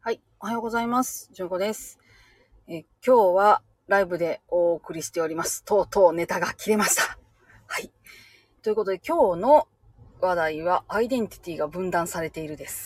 はい、おはようございます。じゅんこです。今日はライブでお送りしております。とうとうネタが切れました。はい。ということで今日の話題はアイデンティティが分断されているです。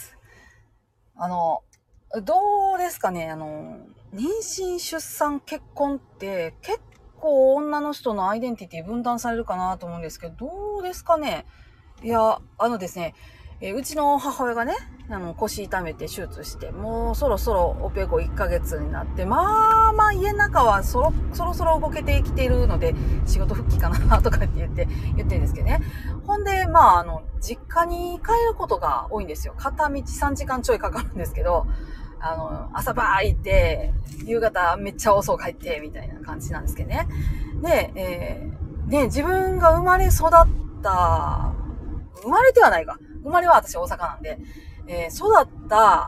どうですかね妊娠、出産、結婚って結構女の人のアイデンティティ分断されるかなと思うんですけど、どうですかね。いや、ですね、うちの母親がね、腰痛めて手術して、もうそろそろオペ後1ヶ月になって、まあ家の中はそろそろ動けてきているので、仕事復帰かなとかって言ってるんですけどね。ほんで、実家に帰ることが多いんですよ。片道3時間ちょいかかるんですけど、朝バー行って、夕方めっちゃ遅く帰って、みたいな感じなんですけどね。で、自分が生まれ育った生まれてはないか。生まれは私大阪なんで、育った、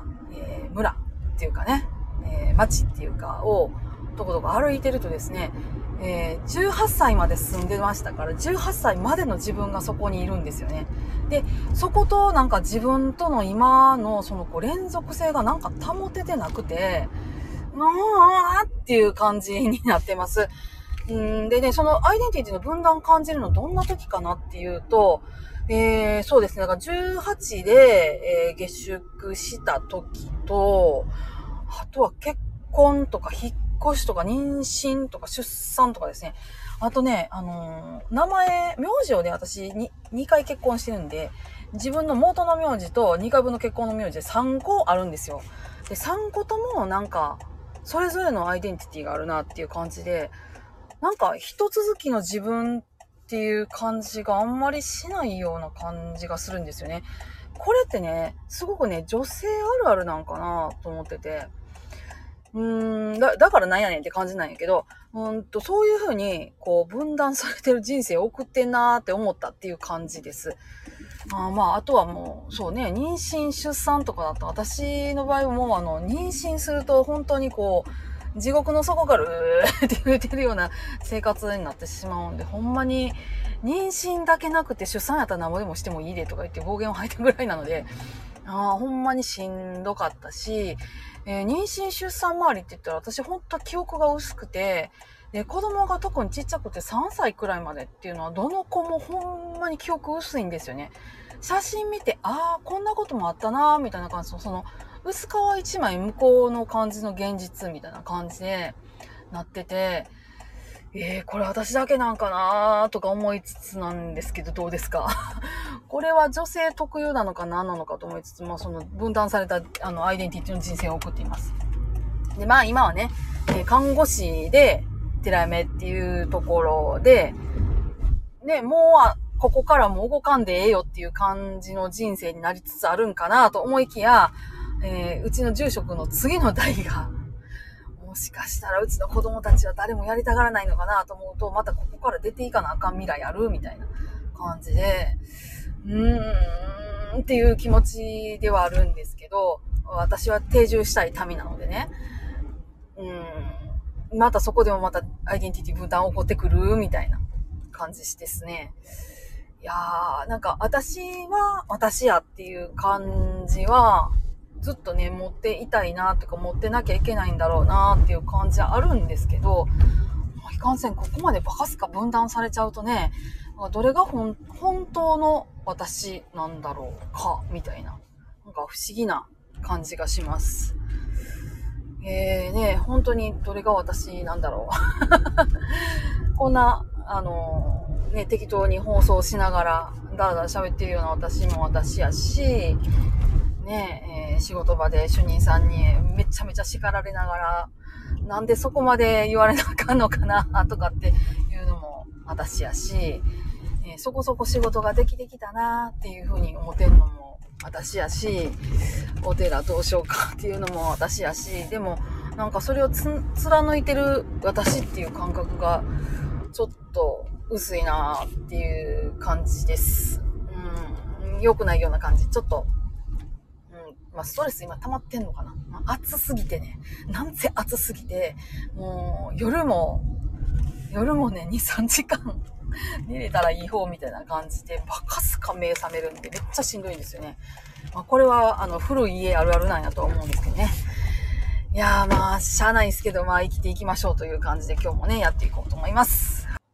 村っていうかね、町っていうかを、とことこ歩いてるとですね、18歳まで住んでましたから、18歳までの自分がそこにいるんですよね。で、そことなんか自分との今のその連続性がなんか保ててなくて、っていう感じになってます。でね、そのアイデンティティの分断感じるのどんな時かなっていうと、そうですね。だから18で、下宿した時と、あとは結婚とか引っ越しとか妊娠とか出産とかですね。あとね、名字をね、私2回結婚してるんで、自分の元の名字と2回分の結婚の名字で3個あるんですよ。で、3個ともなんか、それぞれのアイデンティティがあるなっていう感じで、なんか一続きの自分っていう感じがあんまりしないような感じがするんですよね。これってね、すごくね、女性あるあるなんかなと思ってて。だからなんやねんって感じなんやけど、そういう風に、分断されてる人生を送ってんなーって思ったっていう感じです。あとはもう、そうね、妊娠、出産とかだと、私の場合はもう妊娠すると本当に地獄の底からって言ってるような生活になってしまうんで、ほんまに、妊娠だけなくて出産やったら何もでもしてもいいでとか言って暴言を吐いたぐらいなので、ほんまにしんどかったし、妊娠出産周りって言ったら私ほんと記憶が薄くて、で、子供が特にちっちゃくて3歳くらいまでっていうのはどの子もほんまに記憶薄いんですよね。写真見て、こんなこともあったなみたいな感じの、その、薄皮一枚向こうの感じの現実みたいな感じでなってて、これ私だけなんかなとか思いつつなんですけど、どうですかこれは女性特有なのか何なのかと思いつつも、その分断されたアイデンティティの人生を送っています。で、今はね、看護師で寺嫁っていうところで、ね、もうここからもう動かんでええよっていう感じの人生になりつつあるんかなと思いきや、うちの住職の次の代が、もしかしたらうちの子供たちは誰もやりたがらないのかなと思うと、またここから出ていかなあかん未来あるみたいな感じで、っていう気持ちではあるんですけど、私は定住したい民なのでね、またそこでもまたアイデンティティ分断起こってくるみたいな感じですね。いやー、なんか私は私やっていう感じは、ずっとね、持っていたいなっていうか、持ってなきゃいけないんだろうなっていう感じはあるんですけど、いかんせんここまでバカすか分断されちゃうとね、どれが本当の私なんだろうか、みたいな、なんか不思議な感じがします。本当にどれが私なんだろう。こんな、適当に放送しながら、だらだら喋ってるような私も私やし、仕事場で主任さんにめちゃめちゃ叱られながら、なんでそこまで言われなあかんのかな、とかっていうのも私やし、そこそこ仕事ができてきたなっていうふうに思ってるのも私やし、お寺どうしようかっていうのも私やし、でもなんかそれを貫いてる私っていう感覚がちょっと薄いなっていう感じです。良くないような感じ。ちょっと、ストレス今溜まってんのかな。暑すぎてね。なんせ暑すぎて、もう夜もね、2、3時間寝れたらいい方みたいな感じで、バカすか目覚めるんでめっちゃしんどいんですよね。これは古い家あるあるなんやとは思うんですけどね。 いやーまあ、しゃあないですけど、まあ生きていきましょうという感じで今日もね、やっていこうと思います。